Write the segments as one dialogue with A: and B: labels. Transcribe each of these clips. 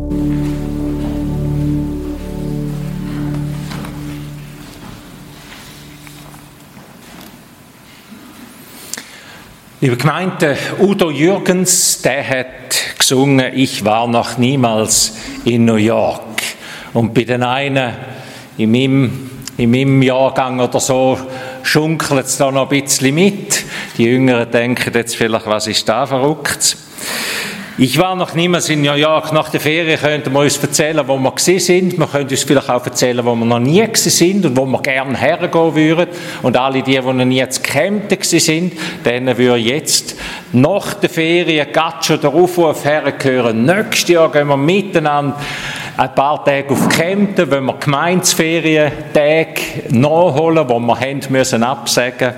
A: Liebe Gemeinde, Udo Jürgens, der hat gesungen, ich war noch niemals in New York. Und bei den einen in meinem Jahrgang oder so schunkelt es da noch ein bisschen mit. Die Jüngeren denken jetzt vielleicht, was ist da verrückt? Ich war noch niemals in New York. Nach der Ferien könnten wir uns erzählen, wo wir gewesen sind. Wir können uns vielleicht auch erzählen, wo wir noch nie gewesen sind und wo wir gerne hergehen würden. Und alle die noch nie zu Kempten gewesen sind, denen würde jetzt nach der Ferien gerade schon der Aufruf hergehören. Nächstes Jahr gehen wir miteinander ein paar Tage auf Kempten, wenn wir Gemeinsferientage nachholen, die wir haben müssen absagen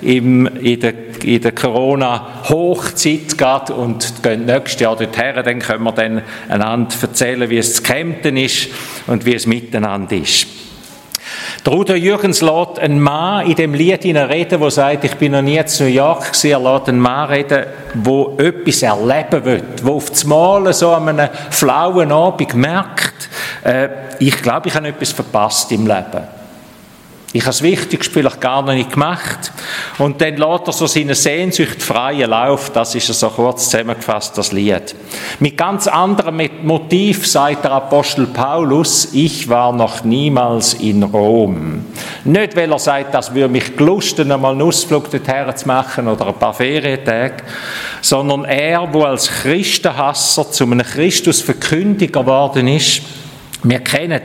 A: in der Corona-Hochzeit gerade und gehen nächstes Jahr dorthin, dann können wir dann einander erzählen, wie es zu Kempten ist und wie es miteinander ist. Der Udo Jürgens lässt einen Mann in dem Lied reden, der sagt, ich bin noch nie in New York gewesen. Er lässt einen Mann reden, der etwas erleben will, der auf das Mal so an einem flauen Abend merkt, ich glaube, ich habe etwas verpasst im Leben. Ich habe das Wichtigste vielleicht gar noch nicht gemacht. Und dann lässt er so seine Sehnsucht freien Lauf. Das ist so kurz zusammengefasst, das Lied. Mit ganz anderem Motiv sagt der Apostel Paulus, ich war noch niemals in Rom. Nicht, weil er sagt, das würde mich gelusten, einmal einen Ausflug dorthin zu machen oder ein paar Ferientage, sondern er, der als Christenhasser zu einem Christusverkündiger geworden ist. Wir kennen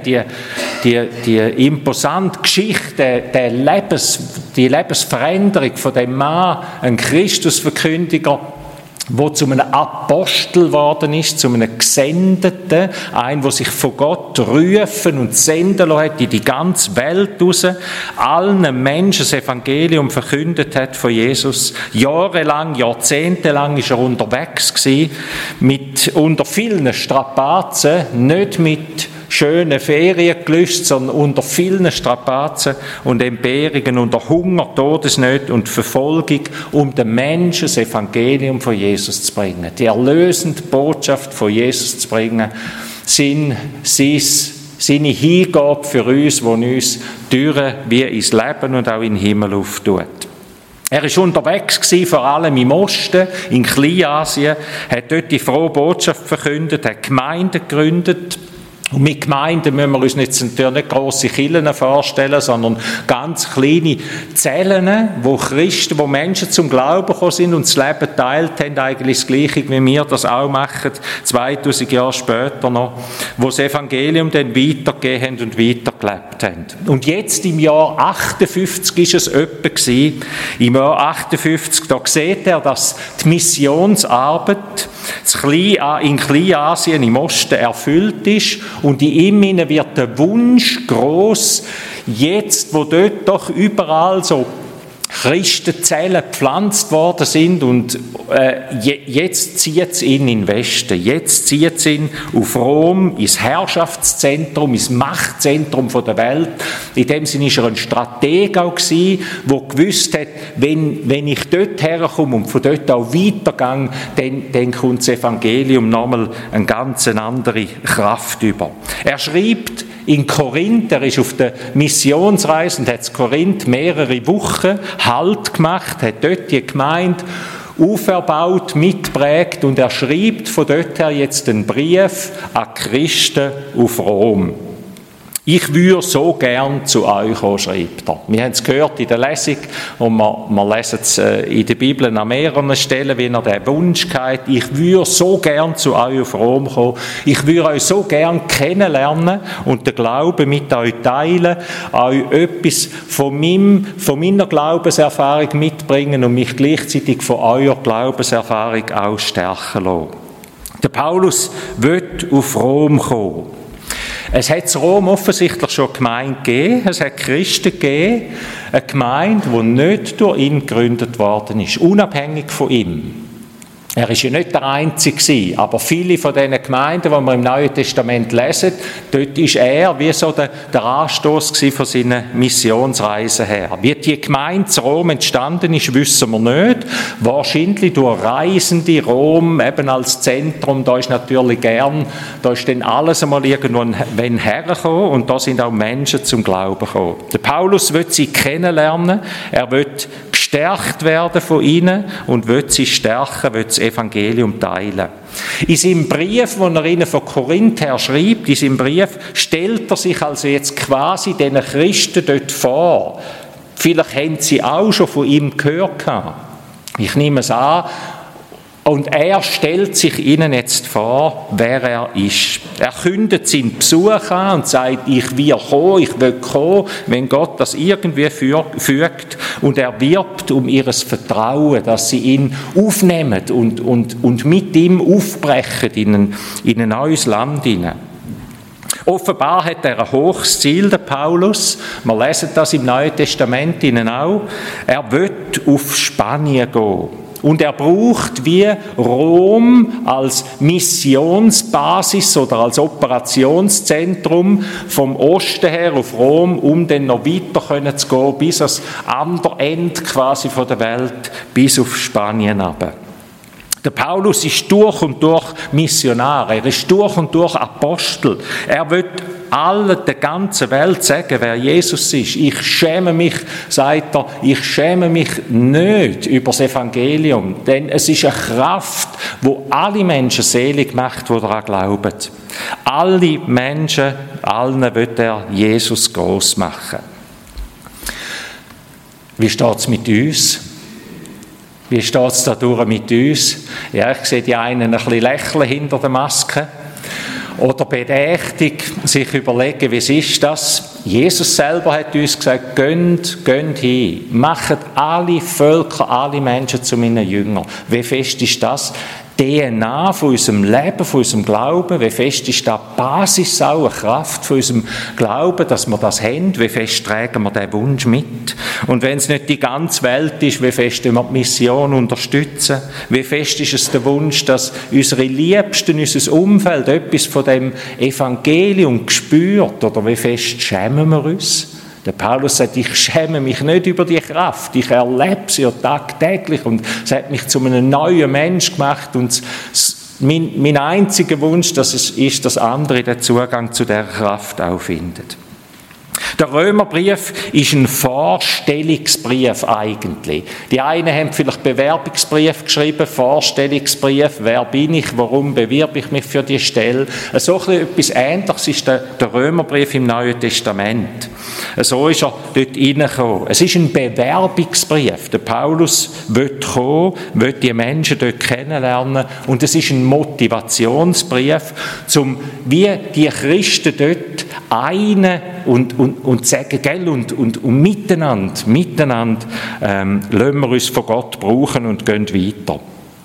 A: die imposante Geschichte, die Lebensveränderung von dem Mann, ein Christusverkündiger, der zu einem Apostel geworden ist, zu einem Gesendeten, ein, der sich von Gott rufen und senden lassen hat in die ganze Welt raus, allen Menschen das Evangelium verkündet hat von Jesus. Jahrelang, jahrzehntelang ist er unterwegs gewesen, unter vielen Strapazen, nicht mit schöne Ferien gelöst, sondern unter vielen Strapazen und Entbehrungen, unter Hunger, Todesnöten und Verfolgung, um den Menschen das Evangelium von Jesus zu bringen. Die erlösende Botschaft von Jesus zu bringen, seine Hingabe für uns, die uns Türen wie ins Leben und auch in den Himmel auftut. Er war unterwegs gewesen, vor allem im Osten, in Kleinasien, hat dort die frohe Botschaft verkündet, hat Gemeinden gegründet. Und mit Gemeinden müssen wir uns natürlich nicht grosse Kirchen vorstellen, sondern ganz kleine Zellen, wo Christen, wo Menschen zum Glauben gekommen sind und das Leben teilt haben, eigentlich das Gleiche, wie wir das auch machen, 2000 Jahre später noch, wo das Evangelium dann weitergegeben haben und weitergelebt haben. Und jetzt im Jahr 58 ist es etwa gewesen, im Jahr 58, da sieht er, dass die Missionsarbeit in Kleinasien im Osten erfüllt ist und in ihm wird der Wunsch gross, jetzt, wo dort doch überall so Christenzellen gepflanzt worden sind und jetzt zieht es ihn in den Westen, jetzt zieht es ihn auf Rom, ins Herrschaftszentrum, ins Machtzentrum der Welt. In dem Sinne war er ein Stratege auch gewesen, der gewusst hat, wenn ich dort herkomme und von dort auch weitergehe, dann kommt das Evangelium nochmal eine ganz andere Kraft über. Er schreibt in Korinth, er ist auf der Missionsreise und hat in Korinth mehrere Wochen Halt gemacht, hat dort die Gemeinde auferbaut, mitprägt und er schreibt von dort her jetzt einen Brief an Christen auf Rom. Ich würde so gern zu euch kommen, schreibt er. Wir haben es gehört in der Lesung und wir lesen es in der Bibel an mehreren Stellen, wie er den Wunsch hat. Ich würde so gern zu euch auf Rom kommen. Ich würde euch so gern kennenlernen und den Glauben mit euch teilen, euch etwas von meiner Glaubenserfahrung mitbringen und mich gleichzeitig von eurer Glaubenserfahrung auch stärken lassen. Der Paulus will auf Rom kommen. Es hat in Rom offensichtlich schon eine Gemeinde gegeben, es hat Christen gegeben, eine Gemeinde, die nicht durch ihn gegründet worden ist, unabhängig von ihm. Er ist ja nicht der Einzige, aber viele von diesen Gemeinden, die wir im Neuen Testament lesen, dort ist er wie so der Anstoß von seinen Missionsreisen her. Wie die Gemeinde in Rom entstanden ist, wissen wir nicht. Wahrscheinlich durch Reisende. Rom eben als Zentrum, da ist natürlich gern, da ist dann alles einmal irgendwann hergekommen und da sind auch Menschen zum Glauben gekommen. Der Paulus will sie kennenlernen, er will gestärkt werden von ihnen und will sie stärken, will das Evangelium teilen. In seinem Brief, den er ihnen von Korinth her schreibt, in seinem Brief stellt er sich also jetzt quasi den Christen dort vor. Vielleicht haben sie auch schon von ihm gehört. Ich nehme es an. Und er stellt sich ihnen jetzt vor, wer er ist. Er kündigt seinen Besuch an und sagt, ich will kommen, wenn Gott das irgendwie fügt. Und er wirbt um ihr Vertrauen, dass sie ihn aufnehmen und mit ihm aufbrechen in ein neues Land hinein. Offenbar hat er ein hohes Ziel, der Paulus. Wir lesen das im Neuen Testament auch. Er will auf Spanien gehen. Und er braucht wie Rom als Missionsbasis oder als Operationszentrum vom Osten her auf Rom, um dann noch weiter zu gehen, bis ans andere Ende quasi von der Welt, bis auf Spanien runter. Der Paulus ist durch und durch Missionar, er ist durch und durch Apostel. Er will der ganzen Welt sagen, wer Jesus ist. Ich schäme mich, sagt er, ich schäme mich nicht über das Evangelium, denn es ist eine Kraft, wo alle Menschen selig macht, die daran glauben. Alle Menschen, allen will er Jesus gross machen. Wie steht es mit uns? Wie steht es dadurch mit uns? Ja, ich sehe die einen ein bisschen lächeln hinter der Maske. Oder bedächtig sich überlegen, wie ist das? Jesus selber hat uns gesagt, geht hin, macht alle Völker, alle Menschen zu meinen Jüngern. Wie fest ist das? DNA von unserem Leben, von unserem Glauben, wie fest ist da die Basis auch, eine Kraft von unserem Glauben, dass wir das haben, wie fest tragen wir diesen Wunsch mit. Und wenn es nicht die ganze Welt ist, wie fest wir die Mission unterstützen, wie fest ist es der Wunsch, dass unsere Liebsten, unser Umfeld etwas von dem Evangelium spürt, oder wie fest schämen wir uns? Der Paulus sagt, ich schäme mich nicht über die Kraft, ich erlebe sie ja tagtäglich und es hat mich zu einem neuen Mensch gemacht und mein einziger Wunsch ist, dass andere den Zugang zu dieser Kraft auch finden. Der Römerbrief ist ein Vorstellungsbrief eigentlich. Die einen haben vielleicht Bewerbungsbrief geschrieben, Vorstellungsbrief, wer bin ich, warum bewirbe ich mich für die Stelle. So etwas Ähnliches ist der Römerbrief im Neuen Testament. So ist er dort reingekommen. Es ist ein Bewerbungsbrief. Der Paulus will kommen, will die Menschen dort kennenlernen und es ist ein Motivationsbrief, um wie die Christen dort einen und sagen, gell, und miteinander lassen wir uns von Gott brauchen und gehen weiter.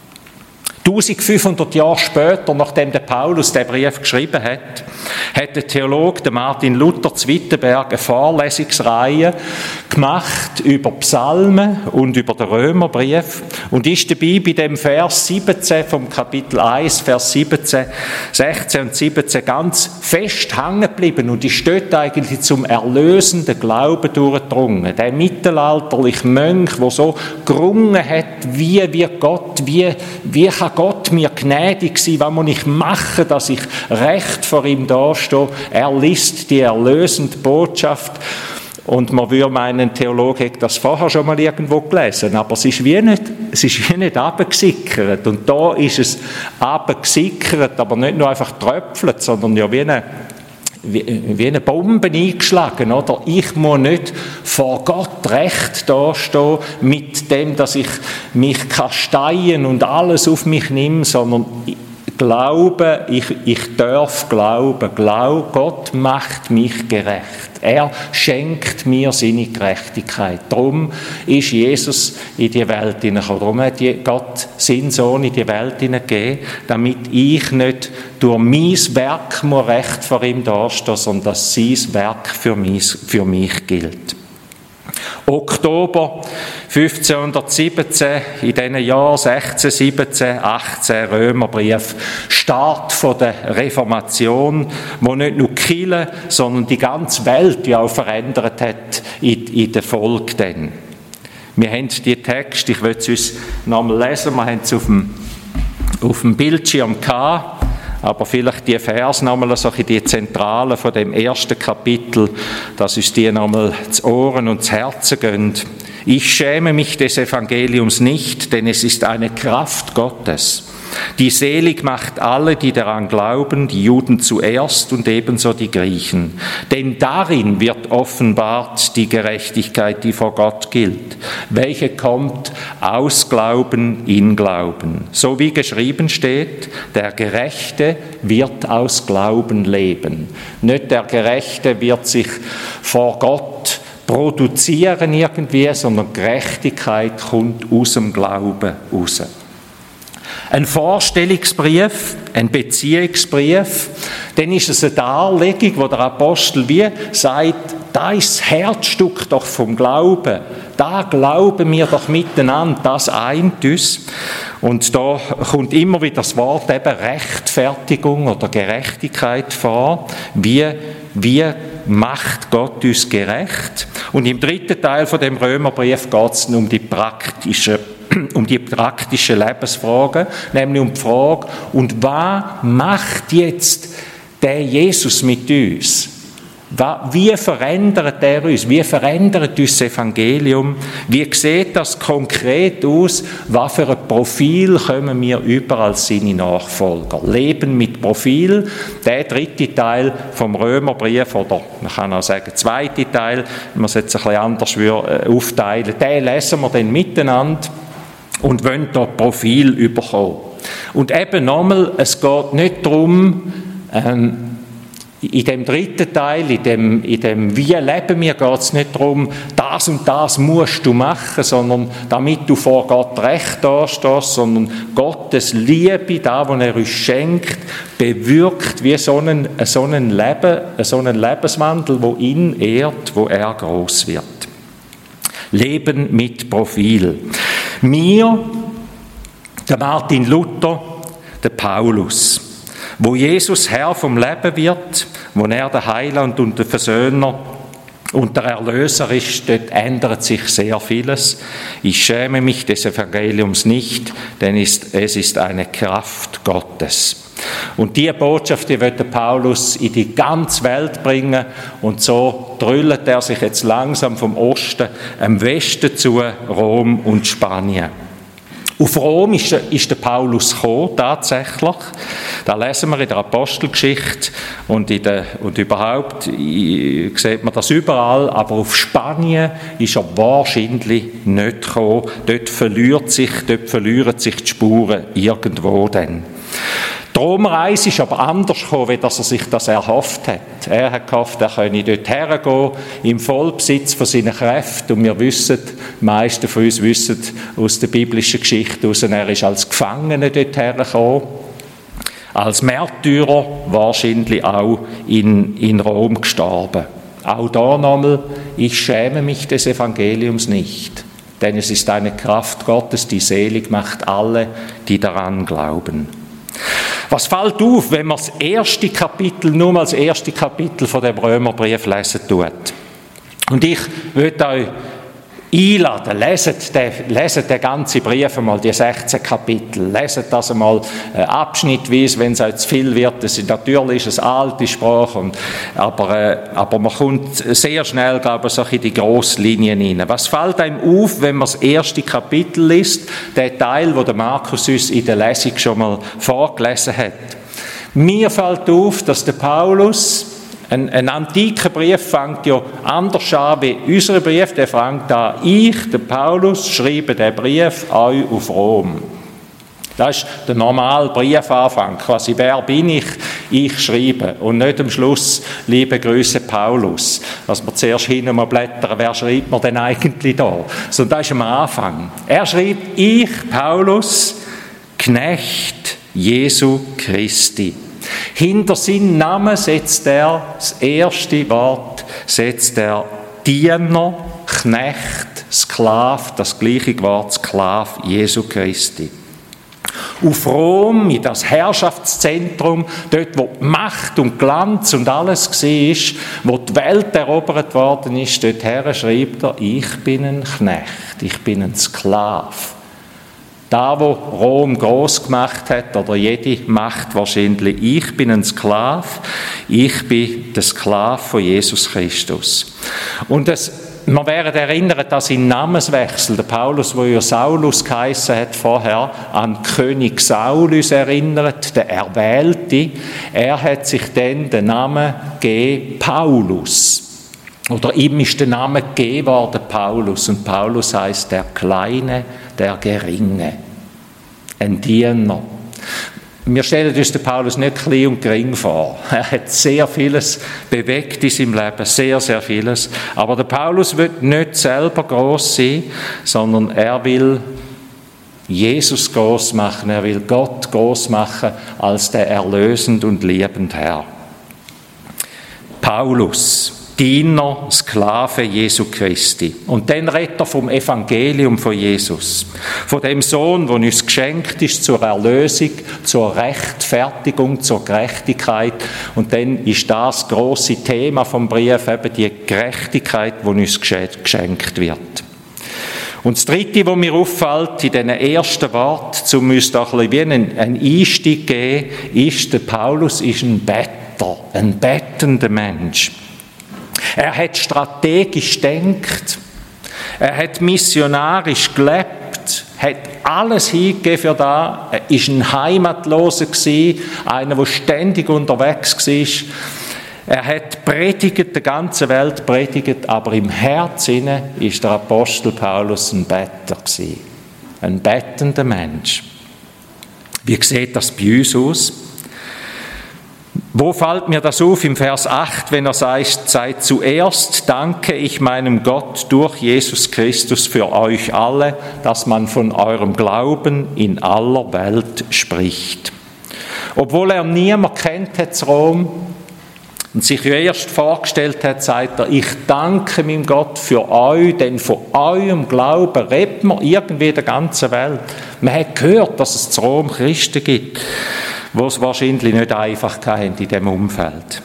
A: 1500 Jahre später, nachdem der Paulus den Brief geschrieben hat, hat der Theologe der Martin Luther zu Wittenberg eine Vorlesungsreihe gemacht über Psalmen und über den Römerbrief und ist dabei bei dem Vers 17 vom Kapitel 1, Vers 17, 16 und 17 ganz fest hängen geblieben und ist dort eigentlich zum erlösenden Glauben durchgedrungen. Der mittelalterliche Mönch, der so gerungen hat, wie kann Gott mir gnädig sein, was muss ich machen, dass ich recht vor ihm dastehe. Er liest die erlösende Botschaft und man würde meinen, ein Theologe hätte das vorher schon mal irgendwo gelesen, aber es ist wie nicht runtergesickert. Und da ist es runtergesickert, aber nicht nur einfach tröpfelt, sondern ja wie eine Bombe eingeschlagen, oder? Ich muss nicht vor Gott recht dastehen mit dem, dass ich mich kasteien und alles auf mich nehme, sondern glaube, ich darf glauben. Gott macht mich gerecht. Er schenkt mir seine Gerechtigkeit. Darum ist Jesus in die Welt hineingekommen. Darum hat Gott seinen Sohn in die Welt hineingegeben, damit ich nicht durch mein Werk recht vor ihm dastehen, sondern dass sein Werk für mich gilt. Oktober 1517, in diesen Jahren 16, 17, 18, Römerbrief, Start von der Reformation, wo nicht nur die Kirche, sondern die ganze Welt ja auch verändert hat in der Folge dann. Wir haben die Texte, ich will es uns nochmal lesen, wir haben es auf dem Bildschirm gehabt, aber vielleicht die Verse nochmal, so die Zentralen von dem ersten Kapitel, dass uns die nochmal zu Ohren und zu Herzen gehen. Ich schäme mich des Evangeliums nicht, denn es ist eine Kraft Gottes, die selig macht alle, die daran glauben, die Juden zuerst und ebenso die Griechen. Denn darin wird offenbart die Gerechtigkeit, die vor Gott gilt, welche kommt aus Glauben in Glauben. So wie geschrieben steht, der Gerechte wird aus Glauben leben. Nicht der Gerechte wird sich vor Gott produzieren irgendwie, sondern Gerechtigkeit kommt aus dem Glauben raus. Ein Vorstellungsbrief, ein Beziehungsbrief, dann ist es eine Darlegung, wo der Apostel wie sagt, da ist das Herzstück doch vom Glauben, da glauben wir doch miteinander, das eint uns. Und da kommt immer wieder das Wort eben Rechtfertigung oder Gerechtigkeit vor, wie macht Gott uns gerecht? Und im dritten Teil von dem Römerbrief geht es um die praktischen Lebensfragen, nämlich um die Frage, und was macht jetzt der Jesus mit uns? Wie verändert er uns? Wie verändert uns das Evangelium? Wie sieht das konkret aus? Was für ein Profil kommen wir über als seine Nachfolger? Leben mit Profil, der dritte Teil vom Römerbrief, oder man kann auch sagen, zweite Teil, wenn man es jetzt ein bisschen anders aufteilen, den lesen wir dann miteinander und wollen da Profil bekommen. Und eben nochmal, es geht nicht darum, in dem dritten Teil, in dem Wie leben wir, geht es nicht darum, das und das musst du machen, sondern damit du vor Gott recht dastehst, sondern Gottes Liebe, da, was er uns schenkt, bewirkt wie so ein Lebenswandel, wo ihn ehrt, wo er groß wird. Leben mit Profil. Wir, der Martin Luther, der Paulus, wo Jesus Herr vom Leben wird, wo er der Heiland und der Versöhner und der Erlöser ist, dort ändert sich sehr vieles. Ich schäme mich des Evangeliums nicht, denn es ist eine Kraft Gottes. Und diese Botschaft, die wird der Paulus in die ganze Welt bringen, und so drüllt er sich jetzt langsam vom Osten am Westen zu, Rom und Spanien. Auf Rom ist der Paulus gekommen, tatsächlich. Da lesen wir in der Apostelgeschichte und überhaupt sieht man das überall, aber auf Spanien ist er wahrscheinlich nicht gekommen. Dort verlieren sich die Spuren irgendwo dann. Die Romreise ist aber anders gekommen, wie dass er sich das erhofft hat. Er hat gehofft, er könne dort hergehen, im Vollbesitz von seinen Kräften. Und wir wissen, die meisten von uns wissen aus der biblischen Geschichte heraus, er ist als Gefangener dort hergekommen, als Märtyrer wahrscheinlich auch in Rom gestorben. Auch da nochmal, ich schäme mich des Evangeliums nicht, denn es ist eine Kraft Gottes, die selig macht alle, die daran glauben. Was fällt auf, wenn man das erste Kapitel nur mal als erste Kapitel von dem Römerbrief lesen tut? Und ich würde euch einladen, leset den ganzen Brief einmal, die 16 Kapitel, leset das einmal abschnittweise, wenn es euch zu viel wird. Natürlich ist es eine alte Sprache, aber man kommt sehr schnell, glaube ich, in die Grosslinien hinein. Was fällt einem auf, wenn man das erste Kapitel liest, der Teil, wo der Markus uns in der Lesung schon mal vorgelesen hat? Mir fällt auf, dass der Paulus, ein antiker Brief fängt ja anders an wie unser Brief, der fängt an, ich, der Paulus, schreibe den Brief euch auf Rom. Das ist der normale Briefanfang, quasi, wer bin ich? Ich schreibe. Und nicht am Schluss, liebe Grüße Paulus, dass wir zuerst hin mal blättern, wer schreibt man denn eigentlich da? Sondern das ist am Anfang. Er schreibt, ich, Paulus, Knecht Jesu Christi. Hinter seinen Namen setzt er das erste Wort, setzt er Diener, Knecht, Sklave, das gleiche Wort Sklave Jesu Christi. Auf Rom, in das Herrschaftszentrum, dort wo die Macht und Glanz und alles war, wo die Welt erobert worden ist, dorthin schreibt er, ich bin ein Knecht, ich bin ein Sklave. Da, wo Rom gross gemacht hat, oder jede Macht wahrscheinlich, ich bin ein Sklave, ich bin der Sklave von Jesus Christus. Und wir werden erinnern, dass im Namenswechsel, der Paulus, der ja Saulus geheissen hat vorher, an König Saulus erinnert, der Erwählte. Er hat sich dann den Namen gegeben, Paulus. Oder ihm ist der Name gegeben worden, Paulus. Und Paulus heisst der Kleine, der Geringe. Ein Diener. Wir stellen uns den Paulus nicht klein und gering vor. Er hat sehr vieles bewegt in seinem Leben, sehr, sehr vieles. Aber der Paulus will nicht selber gross sein, sondern er will Jesus gross machen, er will Gott gross machen als der erlösend und liebend Herr. Paulus, Diener, Sklave Jesu Christi. Und dann redet er vom Evangelium von Jesus. Von dem Sohn, der uns geschenkt ist zur Erlösung, zur Rechtfertigung, zur Gerechtigkeit. Und dann ist das grosse Thema vom Brief eben die Gerechtigkeit, die uns geschenkt wird. Und das Dritte, was mir auffällt, in diesen ersten Worten, um uns da ein bisschen wie einen Einstieg geben, ist, der Paulus ist ein Better, ein bettender Mensch. Er hat strategisch gedacht, er hat missionarisch gelebt, hat alles hingegeben für das, er war ein Heimatloser, einer, der ständig unterwegs war. Er hat predigt, der ganzen Welt predigt, aber im Herzen war der Apostel Paulus ein Better, ein bettender Mensch. Wie sieht das bei uns aus? Wo fällt mir das auf im Vers 8, wenn er sagt, seid zuerst danke ich meinem Gott durch Jesus Christus für euch alle, dass man von eurem Glauben in aller Welt spricht. Obwohl er niemand kennt hat in Rom und sich ja erst vorgestellt hat, sagt er, ich danke meinem Gott für euch, denn von eurem Glauben redet man irgendwie in der ganzen Welt. Man hat gehört, dass es in Rom Christen gibt, die es wahrscheinlich nicht einfach hatten in diesem Umfeld.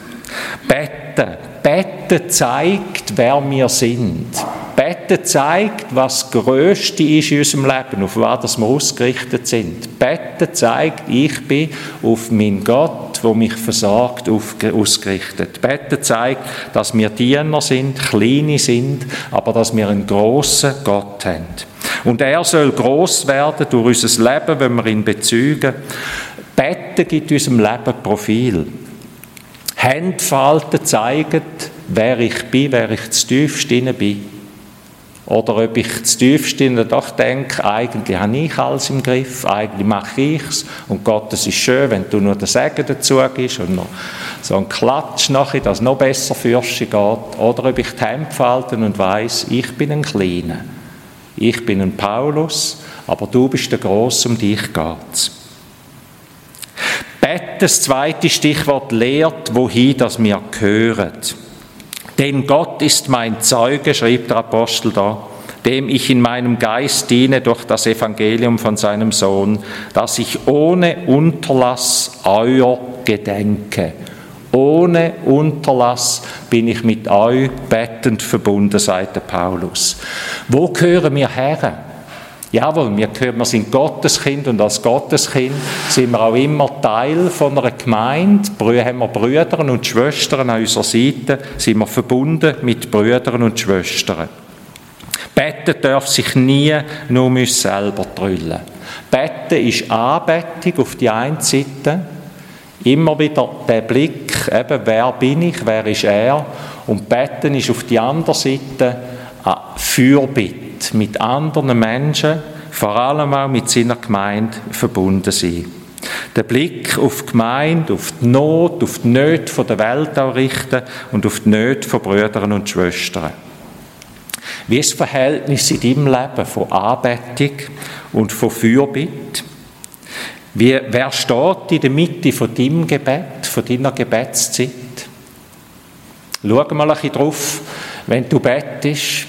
A: Beten zeigt, wer wir sind. Beten zeigt, was das Grösste ist in unserem Leben, auf was wir ausgerichtet sind. Beten zeigt, ich bin auf meinen Gott, der mich versorgt, ausgerichtet. Beten zeigt, dass wir Diener sind, Kleine sind, aber dass wir einen grossen Gott haben. Und er soll gross werden durch unser Leben, wenn wir ihn bezeugen. Beten gibt unserem Leben Profil. Handverhalten zeigen, wer ich bin, wer ich zutiefst bin. Oder ob ich zutiefst doch denke, eigentlich habe ich alles im Griff, eigentlich mache ich es. Und Gott, es ist schön, wenn du nur den Segen dazu gibst und noch so einen Klatsch nachher, dass es noch besser für dich geht. Oder ob ich die Hände falte und weiss, ich bin ein Kleiner. Ich bin ein Paulus, aber du bist der Grosse, um dich geht's. Das zweite Stichwort lehrt, wohin das wir gehören. Denn Gott ist mein Zeuge, schreibt der Apostel da, dem ich in meinem Geist diene durch das Evangelium von seinem Sohn, dass ich ohne Unterlass euer gedenke. Ohne Unterlass bin ich mit euch bettend verbunden, sagt der Paulus. Wo gehören wir her? Jawohl, wir sind Gotteskind und als Gotteskind sind wir auch immer Teil von einer Gemeinde. Haben wir Brüder und Schwestern an unserer Seite, sind wir verbunden mit Brüdern und Schwestern. Beten darf sich nie nur um uns selber drüllen. Beten ist Anbetung auf die eine Seite, immer wieder der Blick, eben, wer bin ich, wer ist er? Und Beten ist auf die andere Seite Fürbitte. Mit anderen Menschen, vor allem auch mit seiner Gemeinde, verbunden sein. Den Blick auf die Gemeinde, auf die Not, auf die Nöte der Welt auch richten und auf die Nöte von Brüdern und Schwestern. Wie ist das Verhältnis in deinem Leben von Anbetung und von Fürbitte? Wer steht in der Mitte von deinem Gebet, von deiner Gebetszeit? Schau mal ein bisschen drauf, wenn du betest.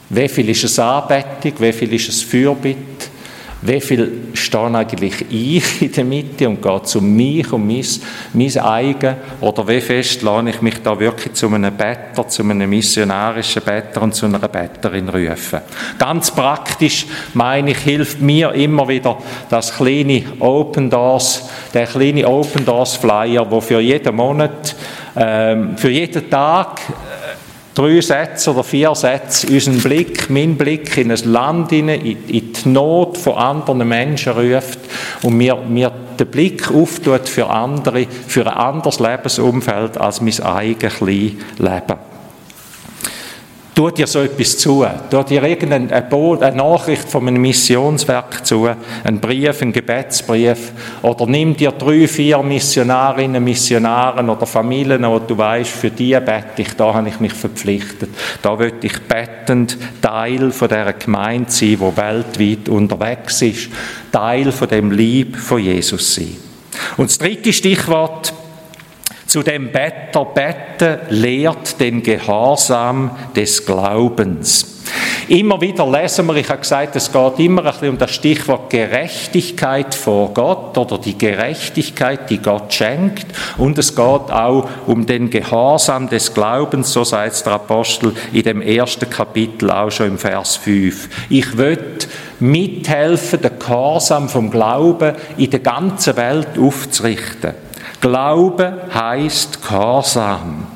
A: Wie viel ist es Anbetung, wie viel ist es Fürbitte, wie viel stehe eigentlich ich in der Mitte und geht um mich, um mein Eigen, oder wie fest lasse ich mich da wirklich zu einem Better, zu einem missionarischen Better und zu einer Betterin rufen. Ganz praktisch, meine ich, hilft mir immer wieder das kleine Open Doors, der kleine Open Doors Flyer, der für jeden Monat, für jeden Tag 3 Sätze oder 4 Sätze unseren Blick, meinen Blick in ein Land hinein, in die Not von anderen Menschen ruft und mir den Blick auftut für andere, für ein anderes Lebensumfeld als mein eigenes kleines Leben. Tut dir so etwas zu? Tut dir irgendeine Nachricht von einem Missionswerk zu? Ein Brief, ein Gebetsbrief? Oder nimm dir 3, 4 Missionarinnen, Missionaren oder Familien, wo du weißt, für die bete ich, da habe ich mich verpflichtet. Da will ich bettend Teil von dieser Gemeinde sein, die weltweit unterwegs ist. Teil von dem Lieb von Jesus sein. Und das 3. Stichwort: Zu dem Better beten lehrt den Gehorsam des Glaubens. Immer wieder lesen wir, ich habe gesagt, es geht immer ein bisschen um das Stichwort Gerechtigkeit vor Gott oder die Gerechtigkeit, die Gott schenkt. Und es geht auch um den Gehorsam des Glaubens, so sagt es der Apostel in dem 1. Kapitel, auch schon im Vers 5. Ich will mithelfen, den Gehorsam vom Glauben in der ganzen Welt aufzurichten. Glaube heisst Gehorsam.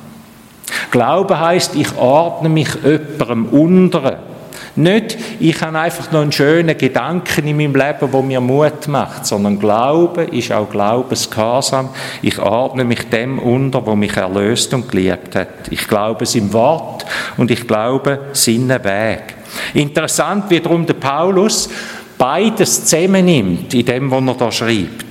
A: Glaube heisst, ich ordne mich jemandem unter. Nicht, ich habe einfach noch einen schönen Gedanken in meinem Leben, der mir Mut macht, sondern Glaube ist auch Glaubensgehorsam. Ich ordne mich dem unter, der mich erlöst und geliebt hat. Ich glaube seinem Wort und ich glaube seinen Weg. Interessant, wie darum der Paulus beides zusammennimmt, in dem, was er da schreibt.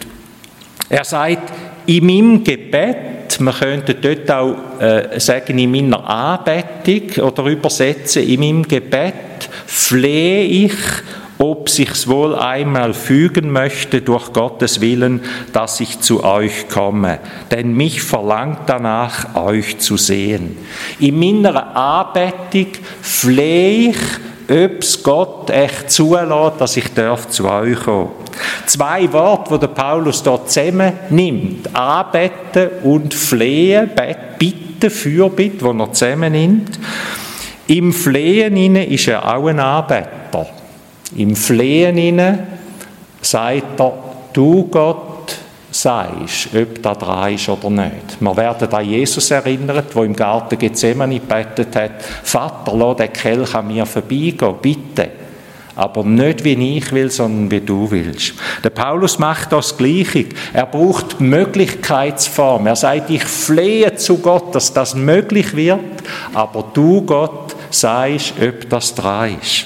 A: Er sagt, in meinem Gebet, man könnte dort auch sagen, in meiner Anbetung oder übersetzen, in meinem Gebet flehe ich, ob sich's wohl einmal fügen möchte durch Gottes Willen, dass ich zu euch komme. Denn mich verlangt danach, euch zu sehen. In meiner Anbetung flehe ich, ob es Gott echt zulässt, dass ich zu euch kommen darf. 2 Worte, die der Paulus dort zusammennimmt. Anbeten und flehen, bitten, Fürbitte, die er zusammennimmt. Im Flehen ist er auch ein Anbeter. Im Flehen sagt er, du Gott sagst, ob da dran ist oder nicht. Wir werden an Jesus erinnert, der im Garten Gethsemane gebetet hat, Vater, lass den Kelch an mir vorbeigehen, bitte. Aber nicht wie ich will, sondern wie du willst. Der Paulus macht das Gleiche. Er braucht die Möglichkeitsform. Er sagt, ich flehe zu Gott, dass das möglich wird, aber du, Gott, sagst, ob das dran ist.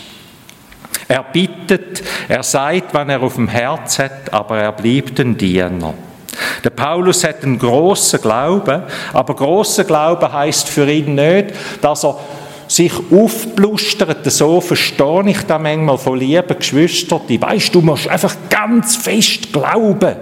A: Er bittet, er sagt, was er auf dem Herz hat, aber er bleibt ein Diener. Der Paulus hat einen grossen Glauben, aber grosser Glaube heisst für ihn nicht, dass er sich aufblustert, so verstehe ich das manchmal von lieben Geschwistern, die weisst, du musst einfach ganz fest glauben.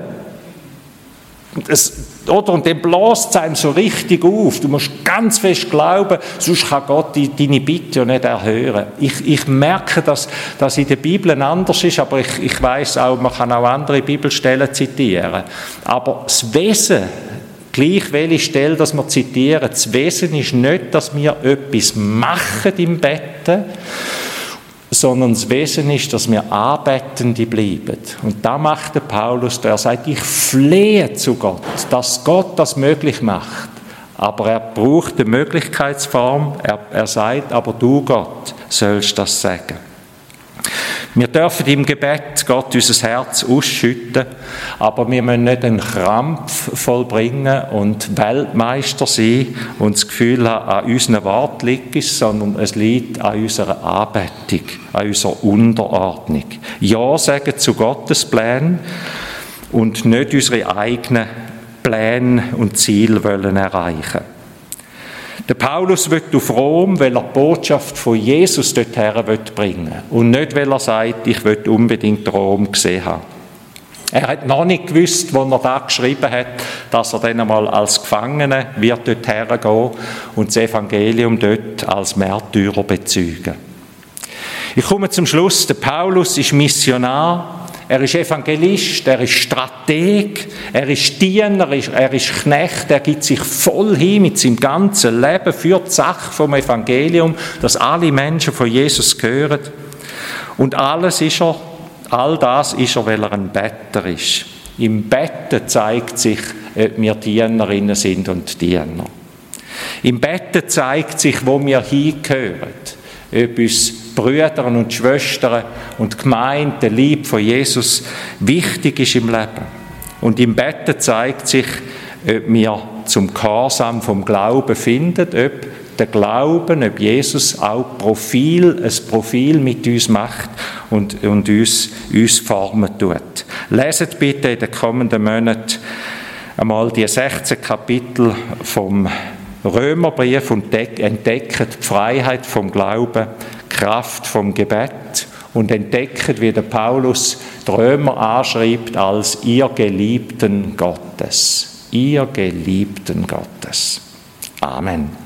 A: Und dann bläst es einem so richtig auf. Du musst ganz fest glauben, sonst kann Gott deine Bitte ja nicht erhören. Ich merke, dass das in der Bibel anders ist, aber ich weiss auch, man kann auch andere Bibelstellen zitieren. Aber das Wesen, gleich welche Stelle, dass wir zitieren, das Wesen ist nicht, dass wir etwas machen im Betten, sondern das Wesen ist, dass wir Anbetende bleiben. Und da macht der Paulus, der sagt, ich flehe zu Gott, dass Gott das möglich macht. Aber er braucht eine Möglichkeitsform, er sagt, aber du Gott sollst das sagen. Wir dürfen im Gebet Gott unser Herz ausschütten, aber wir müssen nicht einen Krampf vollbringen und Weltmeister sein und das Gefühl haben, an unseren Wort liegt es, sondern es liegt an unserer Anbetung, an unserer Unterordnung. Ja sagen zu Gottes Plänen und nicht unsere eigenen Pläne und Ziele wollen erreichen. Der Paulus will auf Rom, weil er die Botschaft von Jesus dorthin bringen will. Und nicht, weil er sagt, ich will unbedingt Rom gesehen haben. Er hat noch nicht gewusst, als er da geschrieben hat, dass er dann einmal als Gefangener wird dorthin gehen und das Evangelium dort als Märtyrer bezeugen. Ich komme zum Schluss. Der Paulus ist Missionar, er ist Evangelist, er ist Strateg, er ist Diener, er ist Knecht, er gibt sich voll hin mit seinem ganzen Leben für die Sache vom Evangelium, dass alle Menschen von Jesus gehören. Und all das ist er, weil er ein Better ist. Im Betten zeigt sich, ob wir Dienerinnen sind und Diener. Im Betten zeigt sich, wo wir hingehören. Ob uns Brüder und Schwestern und Gemeinde, der Liebe von Jesus wichtig ist im Leben. Und im Betten zeigt sich, ob wir zum Gehorsam vom Glauben finden, ob der Glauben, ob Jesus auch ein Profil mit uns macht und uns formen tut. Leset bitte in den kommenden Monaten einmal die 16 Kapitel vom Römerbrief und entdecken die Freiheit vom Glauben, die Kraft vom Gebet und entdecken, wie der Paulus die Römer anschreibt als ihr Geliebten Gottes. Ihr Geliebten Gottes. Amen.